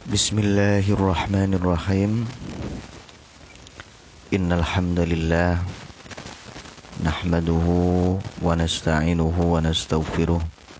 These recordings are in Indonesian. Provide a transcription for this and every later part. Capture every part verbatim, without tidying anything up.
Bismillahirrahmanirrahim. Innal hamdalillah nahmaduhu wa nasta'inuhu wa nastaghfiruh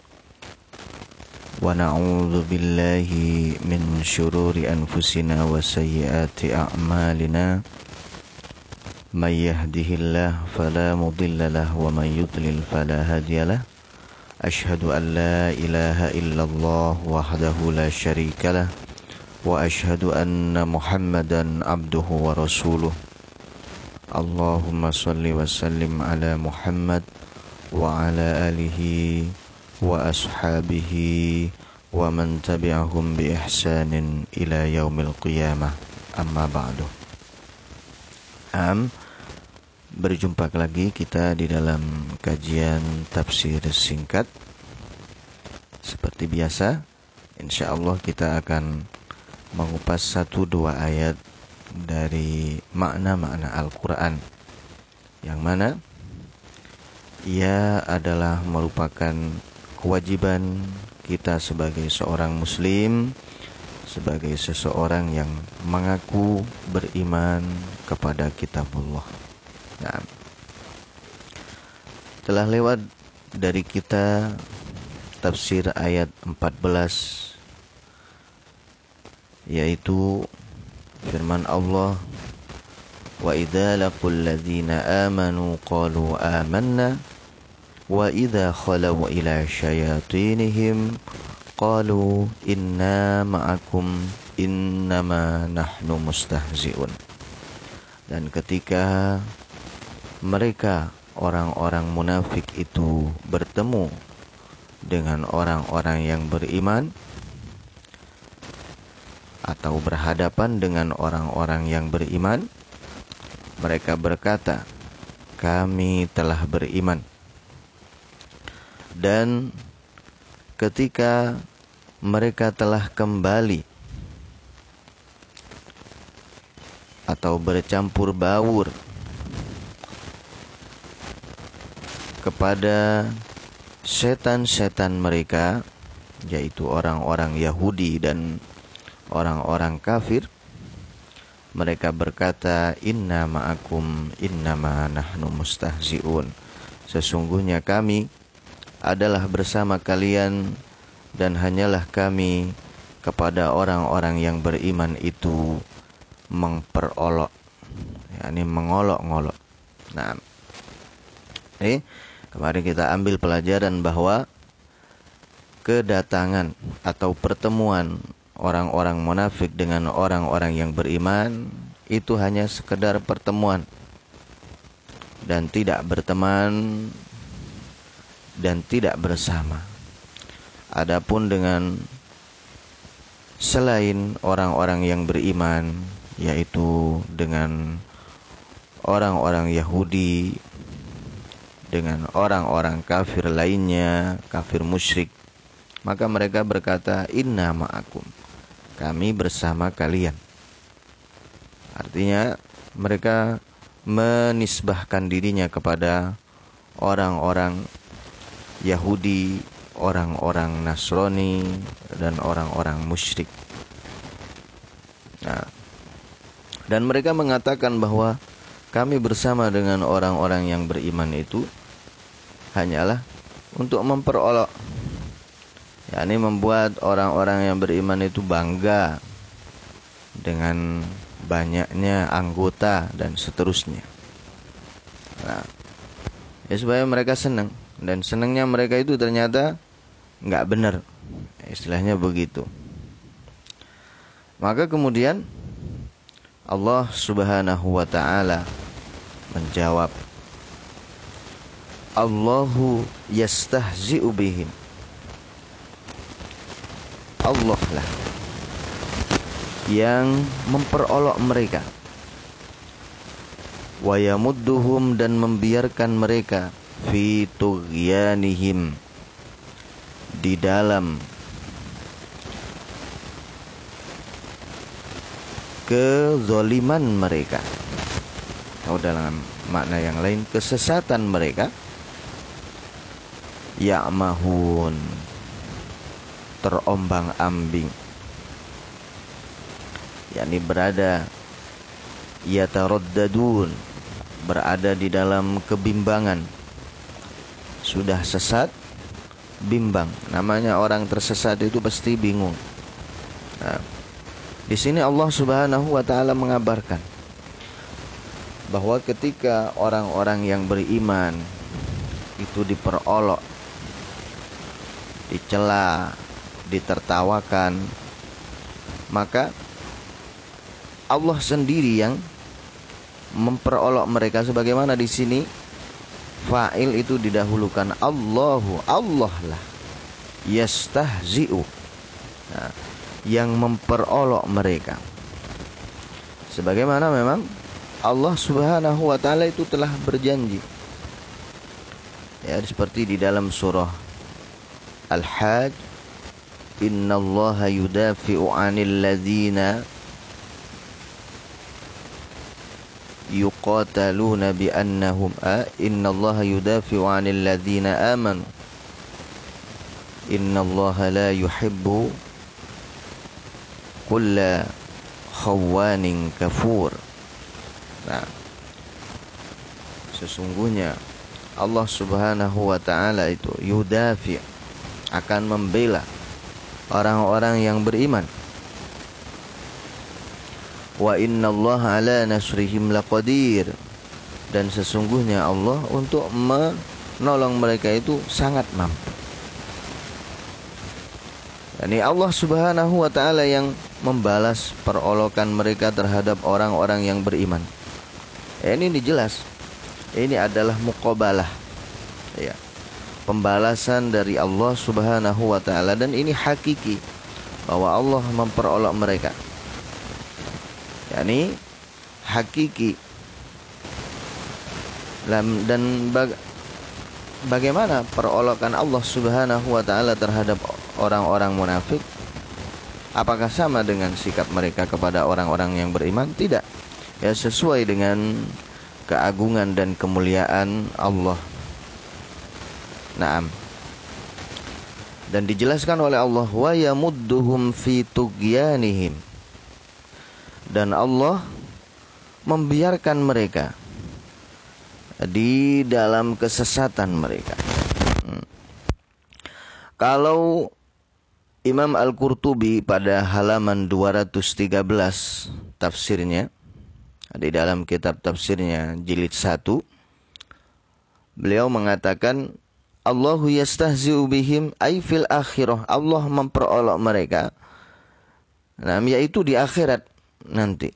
wa na'udzu billahi min syururi anfusina wa sayyiati a'malina. May yahdihillahu fala mudilla lahu wa may yudlil fala hadiyalah. Asyhadu an la ilaha illallah wahdahu la syarikalah wa asyhadu anna Muhammadan abduhu wa rasuluh. Allahumma salli wa sallim ala Muhammad wa ala alihi wa ashabihi wa man tabi'ahum bi ihsanin ila yaumil qiyamah. Amma ba'du. Am Berjumpa lagi kita di dalam kajian tafsir singkat. Seperti biasa, insyaallah kita akan mengupas satu dua ayat dari makna-makna Al-Quran, yang mana ia adalah merupakan kewajiban kita sebagai seorang muslim, sebagai seseorang yang mengaku beriman kepada kitabullah. Nah, telah lewat dari kita tafsir ayat empat belas, yaitu firman Allah, wa idza laqul ladzina amanu qalu amanna wa idza khalu ila syayatinihim qalu inna ma'akum innama nahnu mustahzi'un. Dan ketika mereka orang-orang munafik itu bertemu dengan orang-orang yang beriman, atau berhadapan dengan orang-orang yang beriman, mereka berkata, kami telah beriman. Dan ketika mereka telah kembali atau bercampur baur kepada setan-setan mereka, yaitu orang-orang Yahudi dan orang-orang kafir, mereka berkata, inna ma'akum innama nahnu mustahzi'un. Sesungguhnya kami adalah bersama kalian dan hanyalah kami kepada orang-orang yang beriman itu memperolok, yakni mengolok-ngolok. Nah, ini kemarin kita ambil pelajaran bahwa kedatangan atau pertemuan orang-orang munafik dengan orang-orang yang beriman itu hanya sekedar pertemuan dan tidak berteman dan tidak bersama. Adapun dengan selain orang-orang yang beriman, yaitu dengan orang-orang Yahudi, dengan orang-orang kafir lainnya, kafir musyrik, maka mereka berkata, inna ma'akum, kami bersama kalian. Artinya mereka menisbahkan dirinya kepada orang-orang Yahudi, orang-orang Nasrani, dan orang-orang musyrik. Nah, dan mereka mengatakan bahwa kami bersama dengan orang-orang yang beriman itu hanyalah untuk memperolok, yakni membuat orang-orang yang beriman itu bangga dengan banyaknya anggota dan seterusnya. Nah, ya supaya mereka senang, dan senangnya mereka itu ternyata nggak benar, istilahnya begitu. Maka kemudian Allah Subhanahu wa ta'ala menjawab, Allahu yastahzi'u bihim. Allah lah yang memperolok mereka, wa yamudduhum, dan membiarkan mereka, fi tughyanihim, di dalam kezaliman mereka, atau dalam makna yang lain kesesatan mereka, ya'mahun, terombang-ambing. yakni berada yataraddadun, berada di dalam kebimbangan. Sudah sesat, bimbang. Namanya orang tersesat itu pasti bingung. Nah, di sini Allah Subhanahu wa taala mengabarkan bahwa ketika orang-orang yang beriman itu diperolok, dicela, ditertawakan, maka Allah sendiri yang memperolok mereka, sebagaimana di sini fa'il itu didahulukan Allahu, Allah lah yastahzi'u, nah, yang memperolok mereka. Sebagaimana memang Allah Subhanahu wa taala itu telah berjanji, ya, seperti di dalam surah Al-Hajj, innallaha yudafi'u 'anil ladzina yuqataluna bi annahum a innallaha yudafi'u 'anil ladzina amanu innallaha la yuhibbu kulla khawanin kafur. Nah, sesungguhnya Allah Subhanahu wa taala itu yudafi', akan membela orang-orang yang beriman. Wa innallaha ala nasrihim laqadir, dan sesungguhnya Allah untuk menolong mereka itu sangat mampu. Yani Allah Subhanahu wa taala yang membalas perolokan mereka terhadap orang-orang yang beriman. Ya, ini jelas. Ini adalah muqabalah, ya, pembalasan dari Allah Subhanahu wa taala, dan ini hakiki bahwa Allah memperolok mereka. Yani hakiki. Dan baga- bagaimana perolokan Allah Subhanahu wa taala terhadap orang-orang munafik? Apakah sama dengan sikap mereka kepada orang-orang yang beriman? Tidak. Ya, sesuai dengan keagungan dan kemuliaan Allah. Naam. Dan dijelaskan oleh Allah, wa yamudduhum fi tughyanihim, dan Allah membiarkan mereka di dalam kesesatan mereka. Hmm. Kalau Imam Al-Qurtubi pada halaman dua ratus tiga belas tafsirnya, di dalam kitab tafsirnya jilid satu, beliau mengatakan Allahu yastahzi'u bihim ay fil akhirah, Allah memperolok mereka, nah, yaitu di akhirat nanti.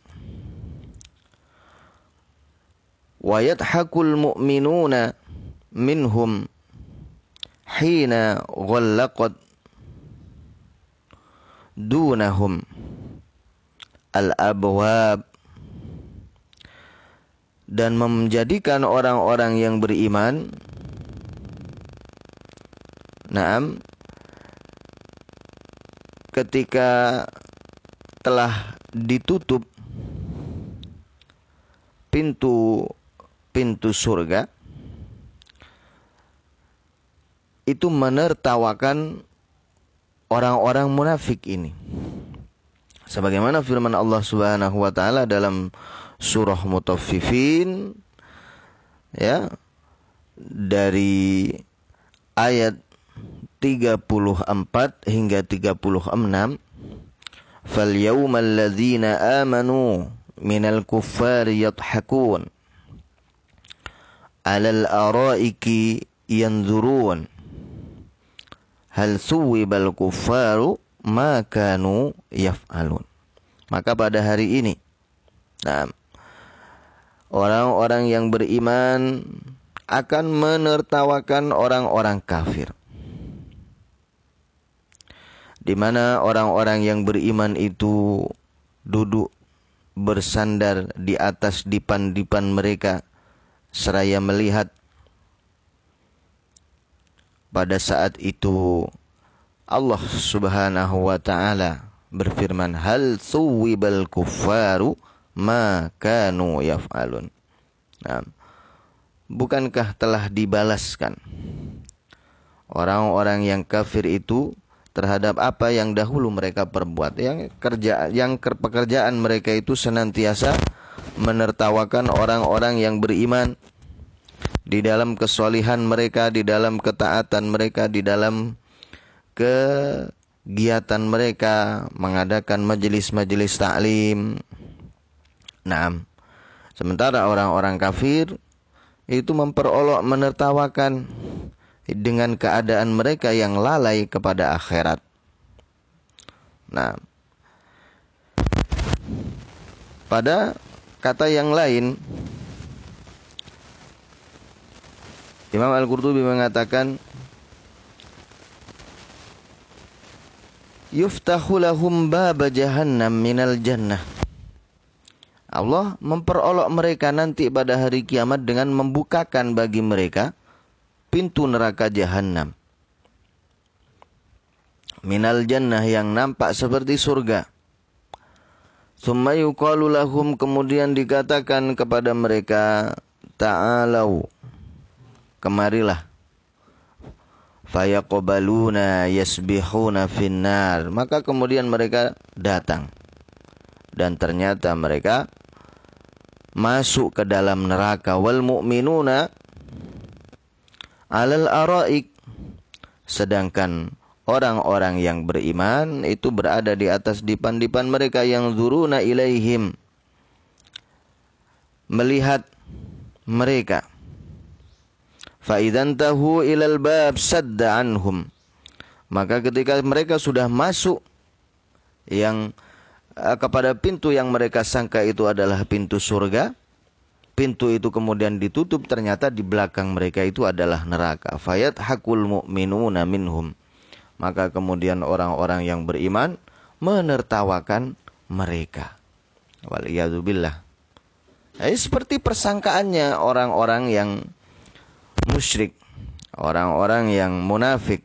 Wa yadhakul mu'minuna minhum hina ghallaqat dunahum al-abwab, dan menjadikan orang-orang yang beriman, naam, ketika telah ditutup pintu-pintu surga, itu menertawakan orang-orang munafik ini. Sebagaimana firman Allah Subhanahu wa taala dalam surah Mutaffifin, ya, dari ayat tiga puluh empat hingga tiga puluh enam, fal yawmal ladzina amanu minal kuffari yadhakun 'alal araiki yanzurun hal suwibal kuffaru ma kanu yaf'alun. Maka pada hari ini, nah, orang-orang yang beriman akan menertawakan orang-orang kafir, di mana orang-orang yang beriman itu duduk bersandar di atas dipan-dipan mereka seraya melihat. Pada saat itu Allah Subhanahu wa taala berfirman, hal suwibal kuffaru ma kanu yaf'alun. Nah, bukankah telah dibalaskan orang-orang yang kafir itu terhadap apa yang dahulu mereka perbuat. Yang kerja yang pekerjaan mereka itu senantiasa menertawakan orang-orang yang beriman di dalam kesolihan mereka, di dalam ketaatan mereka, di dalam kegiatan mereka, mengadakan majelis-majelis taklim. Nah, sementara orang-orang kafir itu memperolok, menertawakan dengan keadaan mereka yang lalai kepada akhirat. Nah, pada kata yang lain, Imam Al-Qurtubi mengatakan, yuftahu lahum baba jahannam minal jannah. Allah memperolok mereka nanti pada hari kiamat dengan membukakan bagi mereka pintu neraka jahanam. Minal jannah, yang nampak seperti surga. Tsumma yuqalu lahum, kemudian dikatakan kepada mereka, ta'alau, kemarilah. Fayaqbaluna yasbihuna finnar, maka kemudian mereka datang. Dan ternyata mereka masuk ke dalam neraka. Wal mu'minuna alal araik, sedangkan orang-orang yang beriman itu berada di atas dipan-dipan mereka, yang zuruna ilaihim, melihat mereka. Fa idzan tahu ilal bab sadda anhum, maka ketika mereka sudah masuk yang uh, kepada pintu yang mereka sangka itu adalah pintu surga, pintu itu kemudian ditutup, ternyata di belakang mereka itu adalah neraka. Fayat hakul mu'minuna minhum, maka kemudian orang-orang yang beriman menertawakan mereka. Waliyadzubillah. Nah, seperti persangkaannya orang-orang yang musyrik, orang-orang yang munafik,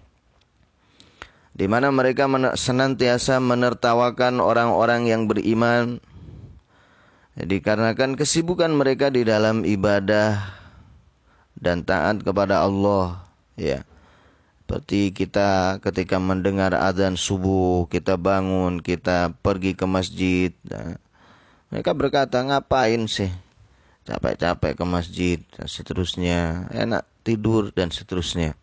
di mana mereka senantiasa menertawakan orang-orang yang beriman, dikarenakan kesibukan mereka di dalam ibadah dan taat kepada Allah, ya. Seperti kita ketika mendengar azan subuh, kita bangun, kita pergi ke masjid. Nah, mereka berkata, ngapain sih capek-capek ke masjid, dan seterusnya, enak tidur, dan seterusnya.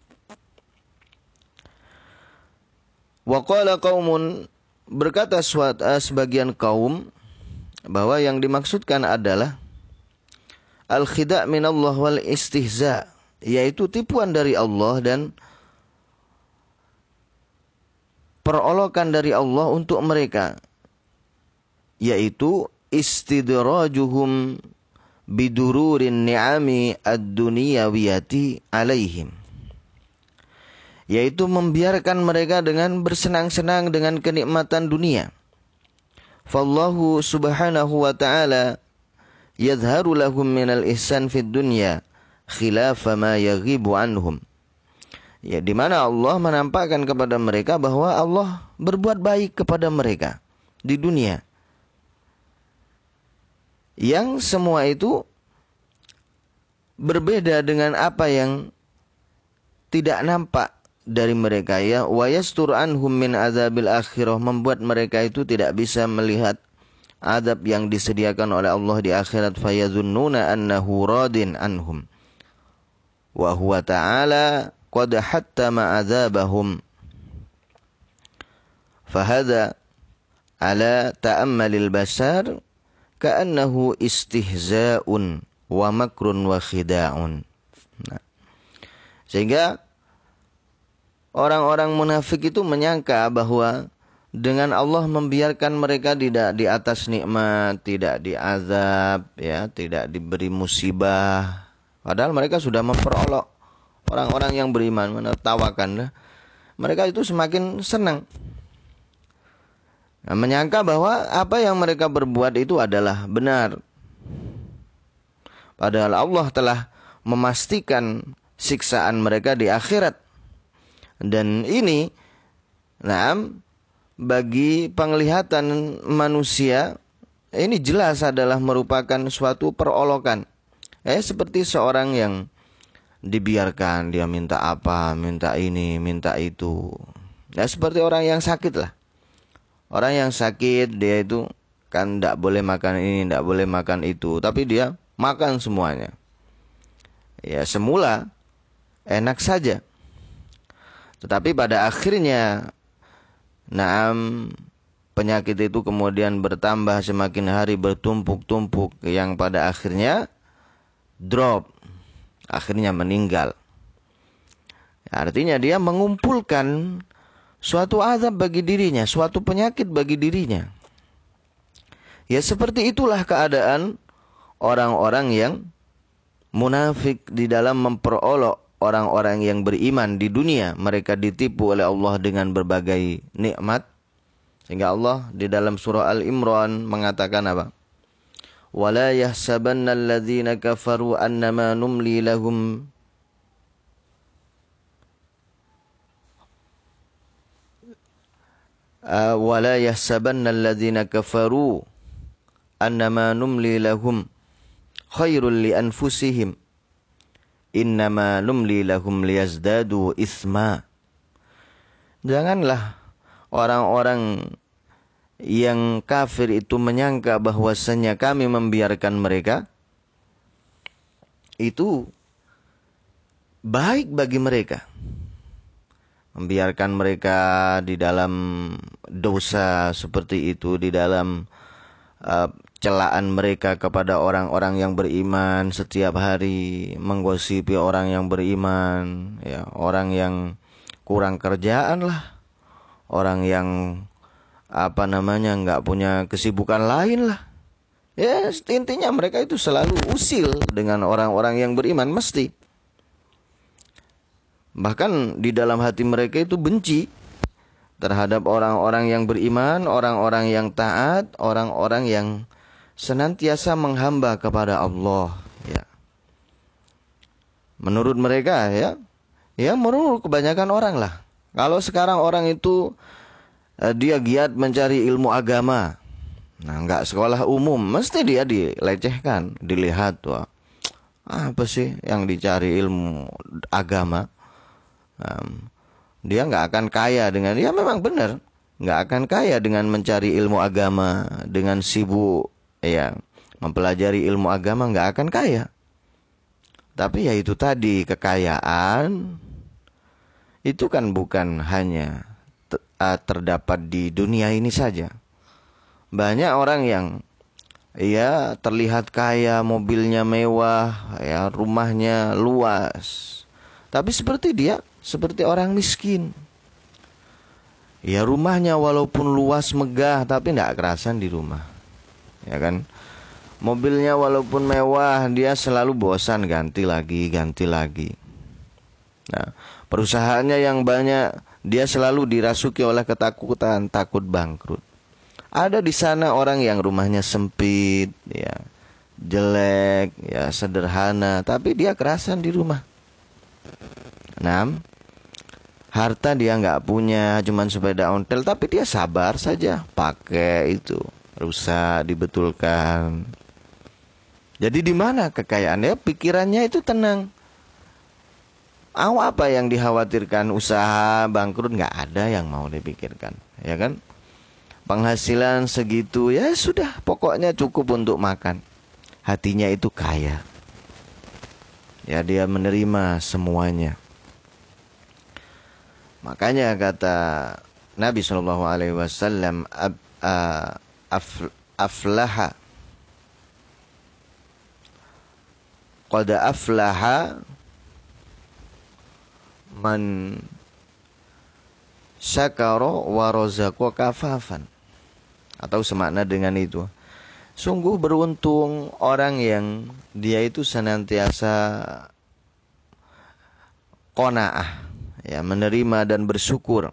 Wa qala qaumun, berkata suatu sebagian kaum, bahwa yang dimaksudkan adalah al-khida' minallah wal istihza', yaitu tipuan dari Allah dan perolokan dari Allah untuk mereka, yaitu istidrajuhum bidururin ni'ami ad-dunyawiyati alaihim, yaitu membiarkan mereka dengan bersenang-senang dengan kenikmatan dunia. Fallahu subhanahu wa ta'ala yadharu lahum minal ihsan fid dunya khilafa ma yaghibu anhum, ya, di mana Allah menampakkan kepada mereka bahwa Allah berbuat baik kepada mereka di dunia, yang semua itu berbeda dengan apa yang tidak nampak dari mereka, ya. Wa yastur anhum min azabil akhirah, membuat mereka itu tidak bisa melihat azab yang disediakan oleh Allah di akhirat. Fayazunnuna annahu radin anhum wa huwa ta'ala qad hattama azabahum. Fahadha ala ta'ammalil basar ka'annahu istihza'un wa makrun wa khida'un. Nah, sehingga orang-orang munafik itu menyangka bahwa dengan Allah membiarkan mereka tidak di atas nikmat, tidak diazab, ya, tidak diberi musibah, padahal mereka sudah memperolok orang-orang yang beriman, menertawakan, mereka itu semakin senang. Nah, menyangka bahwa apa yang mereka berbuat itu adalah benar, padahal Allah telah memastikan siksaan mereka di akhirat. Dan ini, nah, bagi penglihatan manusia, ini jelas adalah merupakan suatu perolokan. Eh, seperti seorang yang dibiarkan, dia minta apa, minta ini, minta itu. Ya seperti orang yang sakit lah. Orang yang sakit dia itu kan tidak boleh makan ini, tidak boleh makan itu, tapi dia makan semuanya. Ya semula enak saja. Tetapi pada akhirnya, naam, penyakit itu kemudian bertambah semakin hari bertumpuk-tumpuk yang pada akhirnya drop, akhirnya meninggal. Artinya dia mengumpulkan suatu azab bagi dirinya, suatu penyakit bagi dirinya. Ya seperti itulah keadaan orang-orang yang munafik di dalam memperolok orang-orang yang beriman di dunia. Mereka ditipu oleh Allah dengan berbagai nikmat. Sehingga Allah di dalam surah Al-Imran mengatakan apa? وَلَا يَحْسَبَنَّ الَّذِينَ كَفَرُوا أَنَّمَا نُمْلِي لَهُمْ وَلَا يَحْسَبَنَّ الَّذِينَ كَفَرُوا أَنَّمَا نُمْلِي لَهُمْ خَيْرٌ لِأَنفُسِهِمْ إِنَّمَا نُمْلِي لَهُمْ لِيَزْدَادُوا إِثْمًا. Janganlah orang-orang yang kafir itu menyangka bahwasanya kami membiarkan mereka itu baik bagi mereka. Membiarkan mereka di dalam dosa seperti itu, di dalam uh, celaan mereka kepada orang-orang yang beriman setiap hari, menggosipi orang yang beriman, ya, orang yang kurang kerjaan lah, orang yang apa namanya nggak punya kesibukan lain lah. Ya intinya mereka itu selalu usil dengan orang-orang yang beriman mesti. Bahkan di dalam hati mereka itu benci terhadap orang-orang yang beriman, orang-orang yang taat, orang-orang yang senantiasa menghamba kepada Allah. Ya. Menurut mereka ya, ya menurut kebanyakan orang lah. Kalau sekarang orang itu eh, dia giat mencari ilmu agama, nah nggak sekolah umum, mesti dia dilecehkan, dilihat wah apa sih yang dicari ilmu agama. Um, dia nggak akan kaya dengan, ya memang benar, nggak akan kaya dengan mencari ilmu agama, dengan sibuk ya mempelajari ilmu agama nggak akan kaya. Tapi ya itu tadi, kekayaan itu kan bukan hanya terdapat di dunia ini saja. Banyak orang yang ya terlihat kaya, mobilnya mewah, ya rumahnya luas, tapi seperti dia seperti orang miskin. Ya rumahnya walaupun luas megah tapi tidak kerasan di rumah. Ya kan? Mobilnya walaupun mewah dia selalu bosan ganti lagi, ganti lagi. Nah, perusahaannya yang banyak dia selalu dirasuki oleh ketakutan, takut bangkrut. Ada di sana orang yang rumahnya sempit, ya, jelek, ya, sederhana, tapi dia kerasan di rumah. Nah, harta dia nggak punya, cuman sepeda ontel, tapi dia sabar saja pakai itu, rusak dibetulkan. Jadi di mana kekayaannya? Pikirannya itu tenang. Awak apa yang dikhawatirkan? Usaha bangkrut nggak ada yang mau dipikirkan, ya kan? Penghasilan segitu, ya sudah, pokoknya cukup untuk makan. Hatinya itu kaya. Ya dia menerima semuanya. Makanya kata Nabi shallallahu alaihi wasallam, ab, uh, af, aflaha, qad aflaha man syakara wa razaqwa kafafan. Atau semakna dengan itu. Sungguh beruntung orang yang dia itu senantiasa qanaah, ya, menerima dan bersyukur,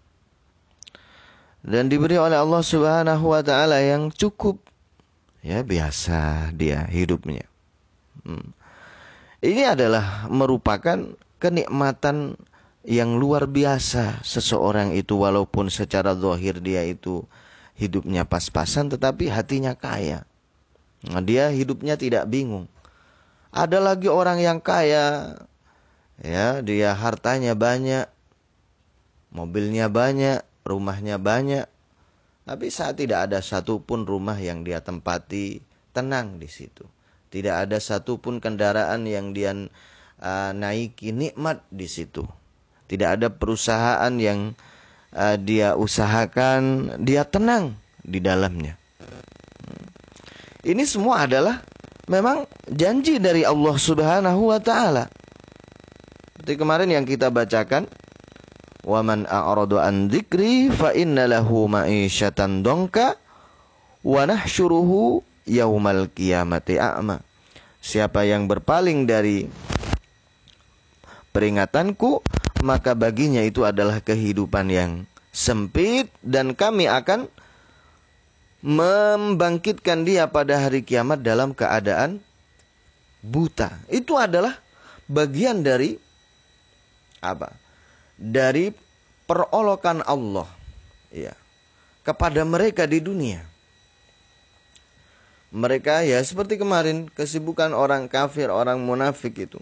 dan diberi oleh Allah Subhanahu wa taala yang cukup, ya biasa dia hidupnya. Hmm. Ini adalah merupakan kenikmatan yang luar biasa seseorang itu, walaupun secara zahir dia itu hidupnya pas-pasan tetapi hatinya kaya. Nah, dia hidupnya tidak bingung. Ada lagi orang yang kaya, ya dia hartanya banyak, mobilnya banyak, rumahnya banyak, tapi saat tidak ada satupun rumah yang dia tempati tenang di situ. Tidak ada satupun kendaraan yang dia uh, naiki nikmat di situ. Tidak ada perusahaan yang uh, dia usahakan dia tenang di dalamnya. Ini semua adalah memang janji dari Allah Subhanahu wa taala. Seperti kemarin yang kita bacakan, wa man a'radu an dzikri fa inna lahu ma'isyatan donka wa nahsyuruhu yaumal qiyamati a'ma. Siapa yang berpaling dari peringatanku, maka baginya itu adalah kehidupan yang sempit, dan kami akan membangkitkan dia pada hari kiamat dalam keadaan buta. Itu adalah bagian dari apa? Dari perolokan Allah, ya, kepada mereka di dunia. Mereka ya seperti kemarin kesibukan orang kafir, orang munafik itu.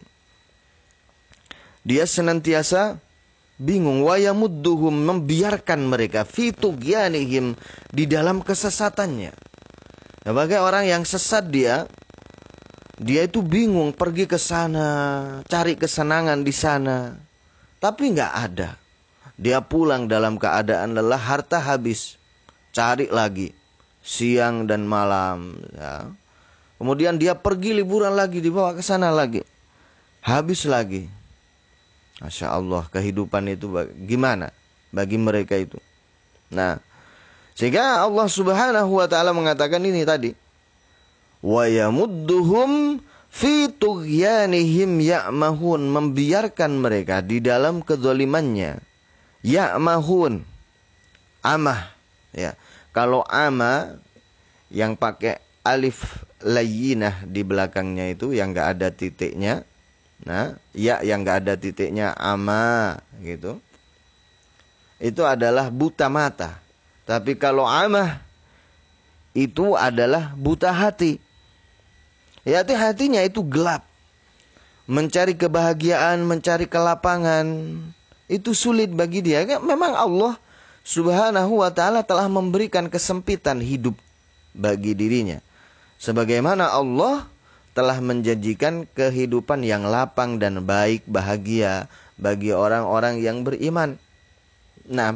Dia senantiasa bingung, wa yamudduhum, membiarkan mereka fi tughyanihim, di dalam kesesatannya. Sebagai orang yang sesat dia, dia itu bingung pergi ke sana, cari kesenangan di sana. Tapi nggak ada. Dia pulang dalam keadaan lelah, harta habis. Cari lagi. Siang dan malam. Ya. Kemudian dia pergi liburan lagi, dibawa ke sana lagi. Habis lagi. Masya Allah, kehidupan itu gimana bagi mereka itu. Nah, sehingga Allah Subhanahu wa taala mengatakan ini tadi. Wa yamudduhum fi tughyanihim ya'mahun, membiarkan mereka di dalam kezalimannya. Ya'mahun, amah, ya. Kalau ama yang pakai alif layyinah di belakangnya itu yang enggak ada titiknya. Nah, ya yang enggak ada titiknya, ama gitu. Itu adalah buta mata. Tapi kalau amah itu adalah buta hati. Ya, hati-hatinya itu gelap. Mencari kebahagiaan, mencari kelapangan, itu sulit bagi dia. Memang Allah Subhanahu wa taala telah memberikan kesempitan hidup bagi dirinya. Sebagaimana Allah telah menjanjikan kehidupan yang lapang dan baik, bahagia bagi orang-orang yang beriman. Nah,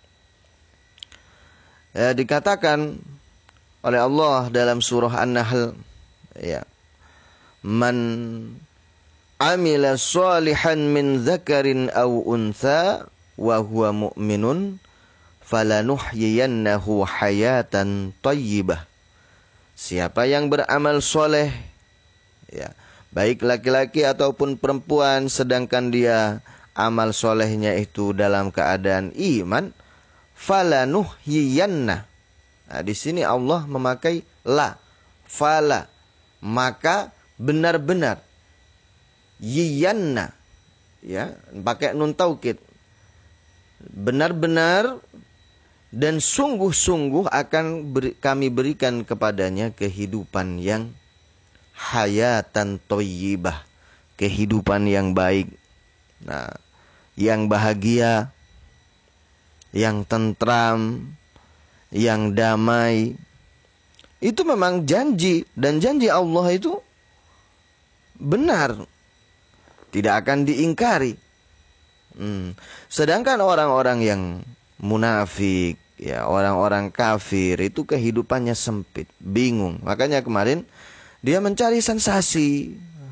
ya, dikatakan oleh Allah dalam surah An-Nahl, ya, man amila salihan min dzakarin aw untha wa huwa mu'minun falanuhyiyannahu hayatan thayyibah. Siapa yang beramal soleh, ya, baik laki-laki ataupun perempuan, sedangkan dia amal solehnya itu dalam keadaan iman, falanuhyiyanna. Nah, di sini Allah memakai la, fala, maka benar-benar, yiyanna, ya, pakai nun taukid, benar-benar dan sungguh-sungguh akan beri, kami berikan kepadanya kehidupan yang hayatan thayyibah, kehidupan yang baik, nah, yang bahagia, yang tentram, yang damai. Itu memang janji, dan janji Allah itu benar, tidak akan diingkari. Hmm. Sedangkan orang-orang yang munafik, ya, orang-orang kafir itu kehidupannya sempit, bingung. Makanya kemarin dia mencari sensasi,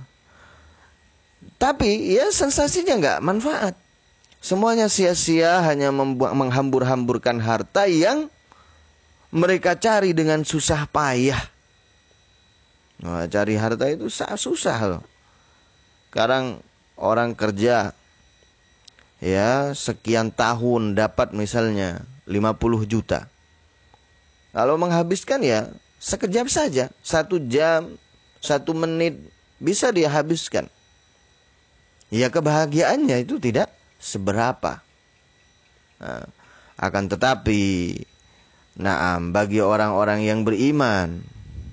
tapi ya sensasinya nggak manfaat. Semuanya sia-sia, hanya menghambur-hamburkan harta yang mereka cari dengan susah payah. Nah, cari harta itu susah loh. Sekarang orang kerja, ya, sekian tahun dapat misalnya lima puluh juta. Kalau menghabiskan ya sekejap saja, satu jam, satu menit bisa dia habiskan. Ya, kebahagiaannya itu tidak seberapa. Nah, akan tetapi, nah, bagi orang-orang yang beriman,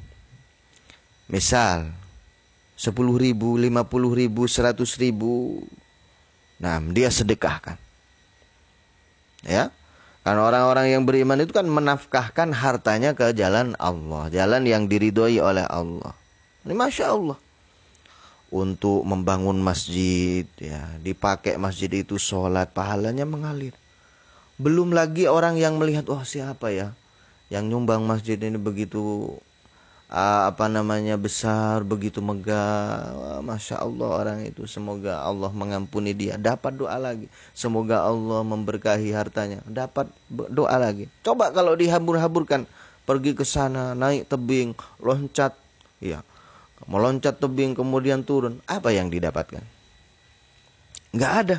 misal sepuluh ribu, lima puluh ribu, seratus ribu, nah, dia sedekahkan. Ya. Karena orang-orang yang beriman itu kan menafkahkan hartanya ke jalan Allah, jalan yang diridhoi oleh Allah. Ini Masya Allah. Untuk membangun masjid, ya, dipakai masjid itu sholat, pahalanya mengalir. Belum lagi orang yang melihat, oh siapa ya yang nyumbang masjid ini begitu uh, apa namanya besar, begitu megah. Wah, Masya Allah orang itu, semoga Allah mengampuni dia, dapat doa lagi. Semoga Allah memberkahi hartanya, dapat doa lagi. Coba kalau dihambur-hamburkan, pergi ke sana, naik tebing, loncat, ya, meloncat tebing kemudian turun, apa yang didapatkan? Nggak ada.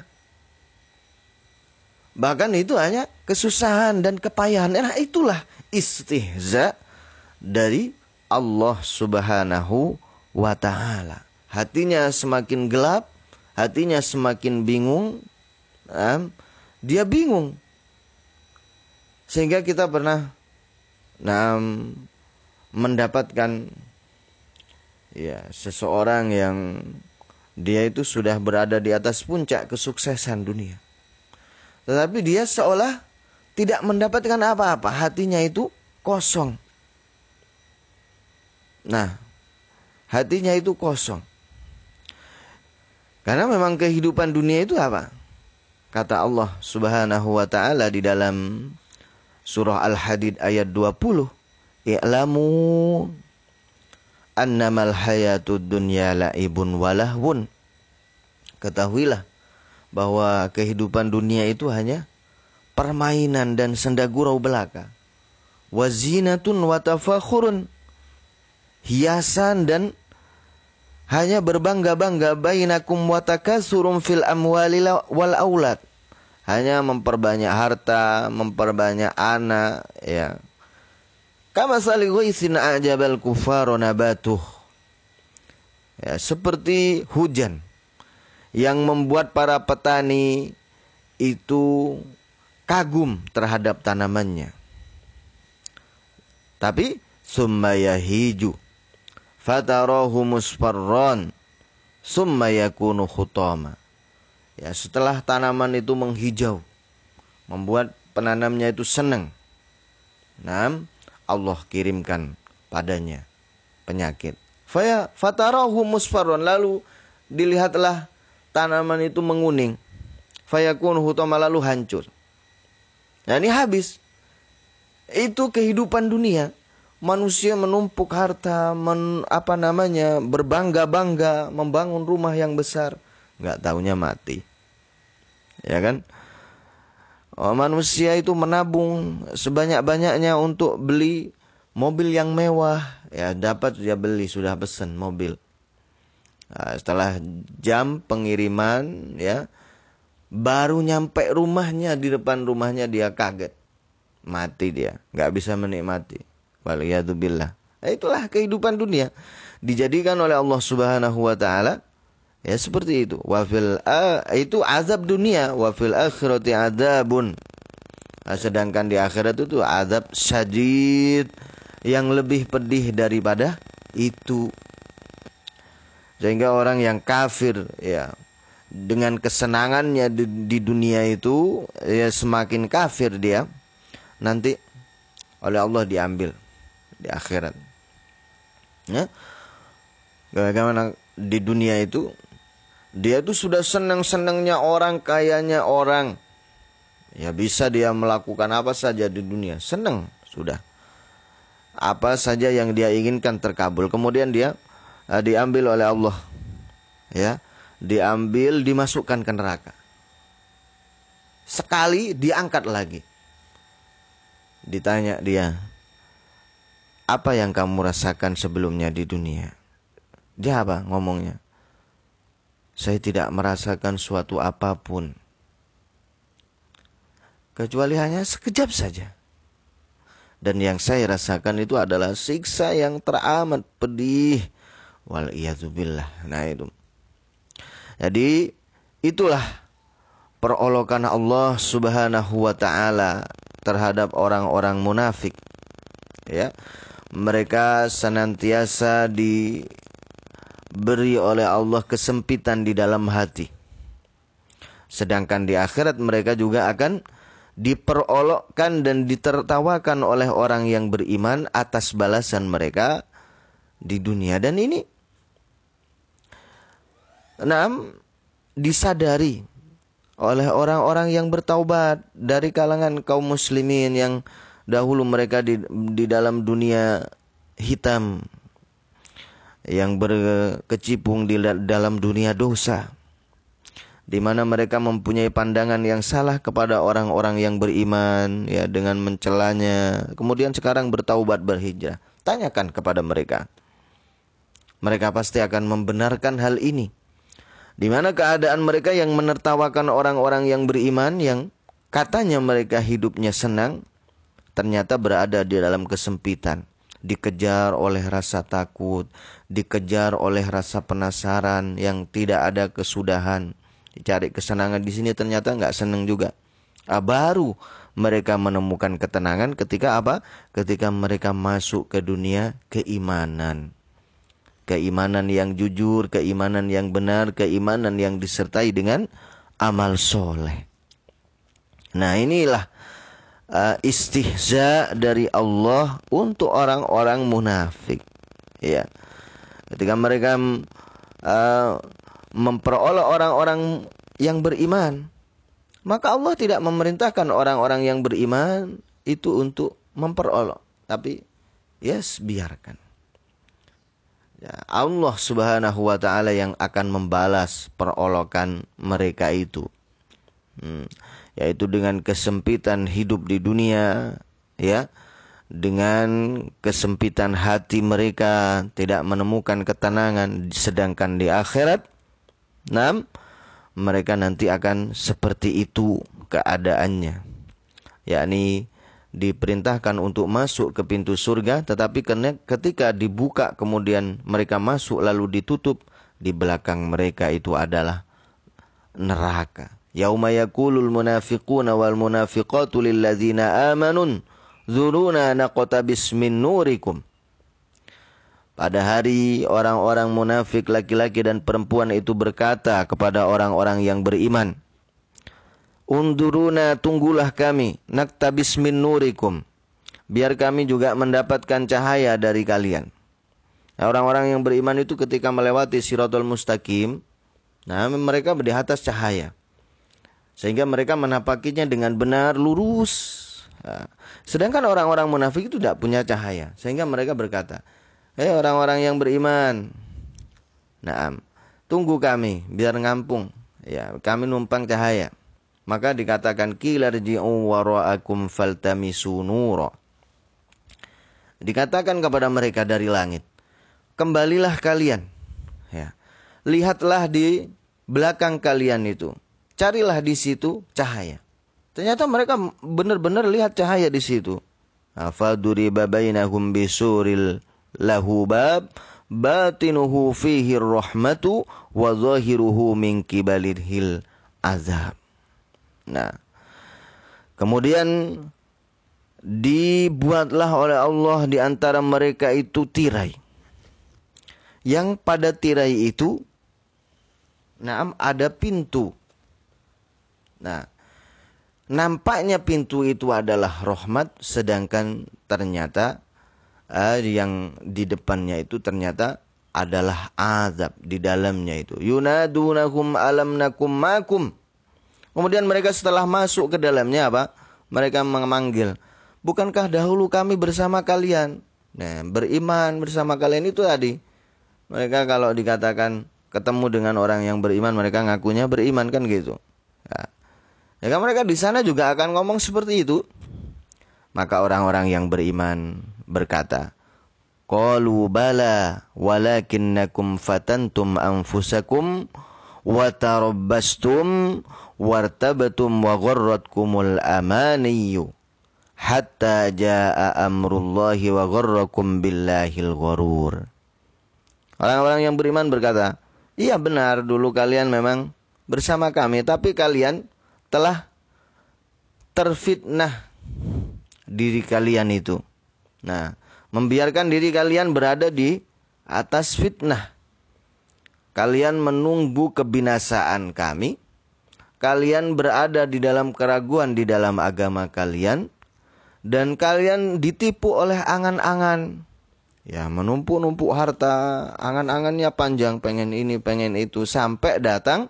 Bahkan itu hanya kesusahan dan kepayahan. Nah, itulah istihza dari Allah Subhanahu wa ta'ala. Hatinya semakin gelap, hatinya semakin bingung, nah, dia bingung. Sehingga kita pernah nah, mendapatkan ya seseorang yang dia itu sudah berada di atas puncak kesuksesan dunia. Tetapi dia seolah tidak mendapatkan apa-apa. Hatinya itu kosong. Nah, hatinya itu kosong. Karena memang kehidupan dunia itu apa? Kata Allah Subhanahu wa ta'ala di dalam surah Al-Hadid ayat dua puluh. I'lamu annamal hayatud dunya la'ibun walahwun. Ketahuilah bahwa kehidupan dunia itu hanya permainan dan senda gurau belaka. Wazinatun watafakhurun, hiasan dan hanya berbangga-bangga. Bainakum watakatsurun fil amwali wal aulad, hanya memperbanyak harta, memperbanyak anak, ya. Kama salighuisin a'jabal kufaru nabatuh, ya, seperti hujan yang membuat para petani itu kagum terhadap tanamannya. Tapi summa yahiju fatarahu musfarran summa yakunu khutama. Ya, setelah tanaman itu menghijau, membuat penanamnya itu senang. Nah, Allah kirimkan padanya penyakit. Faya fatarahu musfarran, lalu dilihatlah tanaman itu menguning. Fayakun hutama, lalu hancur. Nah, ini habis. Itu kehidupan dunia. Manusia menumpuk harta, men, apa namanya, berbangga-bangga, membangun rumah yang besar. Nggak taunya mati. Ya kan? Oh, manusia itu menabung sebanyak-banyaknya untuk beli mobil yang mewah. Ya, dapat dia beli, sudah pesan mobil. Nah, setelah jam pengiriman, ya, baru nyampe rumahnya, di depan rumahnya dia kaget, mati dia, nggak bisa menikmati. Waliyadzubillah. Nah, itulah kehidupan dunia, dijadikan oleh Allah Subhanahu wa ta'ala ya seperti itu. Wafil a itu azab dunia, wafil akhirati adzabun. Nah, sedangkan di akhirat itu azab syadid yang lebih pedih daripada itu. Sehingga orang yang kafir, ya, dengan kesenangannya di, di dunia itu, ya, semakin kafir dia, nanti oleh Allah diambil di akhirat. Ya, bagaimana di dunia itu dia itu sudah senang-senangnya orang, kayanya orang, ya, bisa dia melakukan apa saja di dunia, senang sudah. Apa saja yang dia inginkan terkabul. Kemudian dia uh, diambil oleh Allah, ya, diambil, dimasukkan ke neraka. Sekali diangkat lagi. Ditanya dia, apa yang kamu rasakan sebelumnya di dunia? Dia apa ngomongnya? Saya tidak merasakan suatu apapun, kecuali hanya sekejap saja. Dan yang saya rasakan itu adalah siksa yang teramat pedih. Waliyadzubillah. Nah itu. Jadi itulah perolokan Allah Subhanahu wa ta'ala terhadap orang-orang munafik. Ya. Mereka senantiasa diberi oleh Allah kesempitan di dalam hati. Sedangkan di akhirat mereka juga akan diperolokkan dan ditertawakan oleh orang yang beriman atas balasan mereka di dunia. Dan ini enam disadari oleh orang-orang yang bertaubat dari kalangan kaum muslimin yang dahulu mereka di, di dalam dunia hitam, yang berkecimpung di dalam dunia dosa, di mana mereka mempunyai pandangan yang salah kepada orang-orang yang beriman, ya, dengan mencelanya. Kemudian sekarang bertaubat, berhijrah. Tanyakan kepada mereka. Mereka pasti akan membenarkan hal ini. Di mana keadaan mereka yang menertawakan orang-orang yang beriman, yang katanya mereka hidupnya senang, ternyata berada di dalam kesempitan. Dikejar oleh rasa takut, dikejar oleh rasa penasaran yang tidak ada kesudahan. Dicari kesenangan di sini ternyata nggak senang juga. Ah, baru mereka menemukan ketenangan ketika apa? Ketika mereka masuk ke dunia keimanan. Keimanan yang jujur, keimanan yang benar, keimanan yang disertai dengan amal soleh. Nah, inilah uh, istihza dari Allah untuk orang-orang munafik. Ya, ketika mereka uh, memperoleh orang-orang yang beriman, maka Allah tidak memerintahkan orang-orang yang beriman itu untuk memperoleh, tapi yes, biarkan. Ya, Allah Subhanahu wa taala yang akan membalas perolokan mereka itu. Hmm, yaitu dengan kesempitan hidup di dunia, ya. Dengan kesempitan hati mereka tidak menemukan ketenangan, sedangkan di akhirat, nah, mereka nanti akan seperti itu keadaannya. Yakni diperintahkan untuk masuk ke pintu surga, tetapi ketika dibuka kemudian mereka masuk lalu ditutup, di belakang mereka itu adalah neraka. Yauma yaqulul munafiquna wal munafiqatu lil ladzina amanun dzuruna naqtabis min nurikum. Pada hari orang-orang munafik laki-laki dan perempuan itu berkata kepada orang-orang yang beriman, Unduruna, tunggulah kami, naktabis min nurikum, biar kami juga mendapatkan cahaya dari kalian. Nah, orang-orang yang beriman itu ketika melewati Shiratal Mustaqim, nah mereka di atas cahaya, sehingga mereka menapakinya dengan benar, lurus. Nah, sedangkan orang-orang munafik itu tidak punya cahaya, sehingga mereka berkata, hei orang-orang yang beriman, nah tunggu kami, biar ngampung, ya kami numpang cahaya. Maka dikatakan qilarji'u wara'akum faltamisu nura. Dikatakan kepada mereka dari langit, kembalilah kalian, ya. Lihatlah di belakang kalian itu, carilah di situ cahaya. Ternyata mereka benar-benar lihat cahaya di situ. Faduriba bainahum bisuril lahu bab batinuhu fihi rahmatu wa zahiruhu min qibalihil azab. Nah, kemudian dibuatlah oleh Allah di antara mereka itu tirai. Yang pada tirai itu, nah, ada pintu. Nah, nampaknya pintu itu adalah rahmat, sedangkan ternyata eh, yang di depannya itu ternyata adalah azab di dalamnya itu. Yunadunahum alam nakum makum. Kemudian mereka setelah masuk ke dalamnya apa? Mereka memanggil, bukankah dahulu kami bersama kalian? Nah, beriman bersama kalian itu tadi. Mereka kalau dikatakan ketemu dengan orang yang beriman, mereka ngakunya beriman kan gitu. Ya, ya kan mereka di sana juga akan ngomong seperti itu. Maka orang-orang yang beriman berkata, qalu bala walakinnakum fatantum anfusakum wa tarabbastum wartabtum wa gharratkumul amaniyu hatta jaa amrullahi wa gharrakum billahil gharur. Orang-orang yang beriman berkata, iya benar dulu kalian memang bersama kami, tapi kalian telah terfitnah diri kalian itu. Nah, membiarkan diri kalian berada di atas fitnah. Kalian menunggu kebinasaan kami. kalian berada di dalam keraguan di dalam agama kalian dan kalian ditipu oleh angan-angan. Ya, menumpuk-numpuk harta, angan-angannya panjang, pengen ini, pengen itu, sampai datang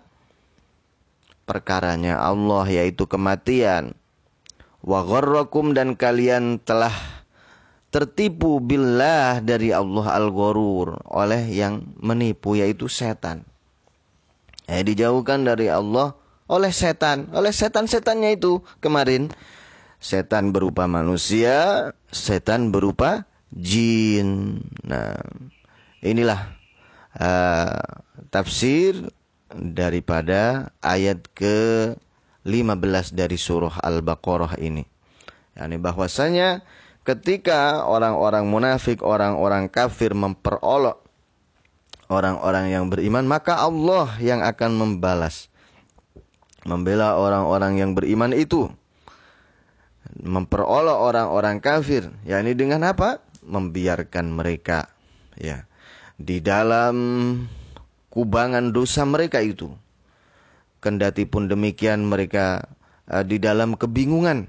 perkaranya Allah, yaitu kematian. Wa gharrakum, dan kalian telah tertipu billah dari Allah, al-gharur, oleh yang menipu, yaitu setan. Ya, dijauhkan dari Allah oleh setan, oleh setan-setannya itu kemarin. Setan berupa manusia, setan berupa jin. Nah, inilah uh, tafsir daripada ayat ke lima belas dari surah Al-Baqarah ini. Yani bahwasanya ketika orang-orang munafik, orang-orang kafir memperolok orang-orang yang beriman, maka Allah yang akan membalas, membela orang-orang yang beriman itu, memperolok orang-orang kafir, yakni dengan apa? Membiarkan mereka ya di dalam kubangan dosa mereka itu. Kendati pun demikian mereka uh, di dalam kebingungan,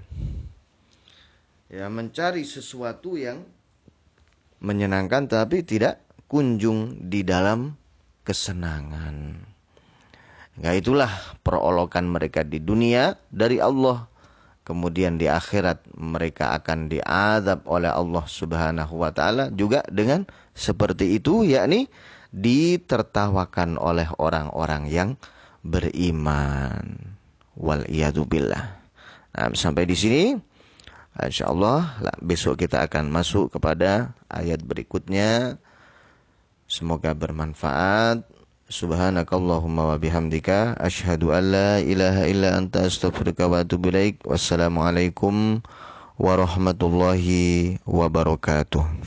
ya, mencari sesuatu yang menyenangkan tapi tidak kunjung di dalam kesenangan. Nah, itulah perolokan mereka di dunia dari Allah. Kemudian di akhirat mereka akan diazab oleh Allah Subhanahu wa taala juga dengan seperti itu, yakni ditertawakan oleh orang-orang yang beriman. Wal iyadu billah. Nah, sampai di sini insyaallah besok kita akan masuk kepada ayat berikutnya. Semoga bermanfaat. Subhanakallahumma wa bihamdika asyhadu an la ilaha illa anta astaghfiruka wa atubu ilaik. Wassalamualaikum warahmatullahi wabarakatuh.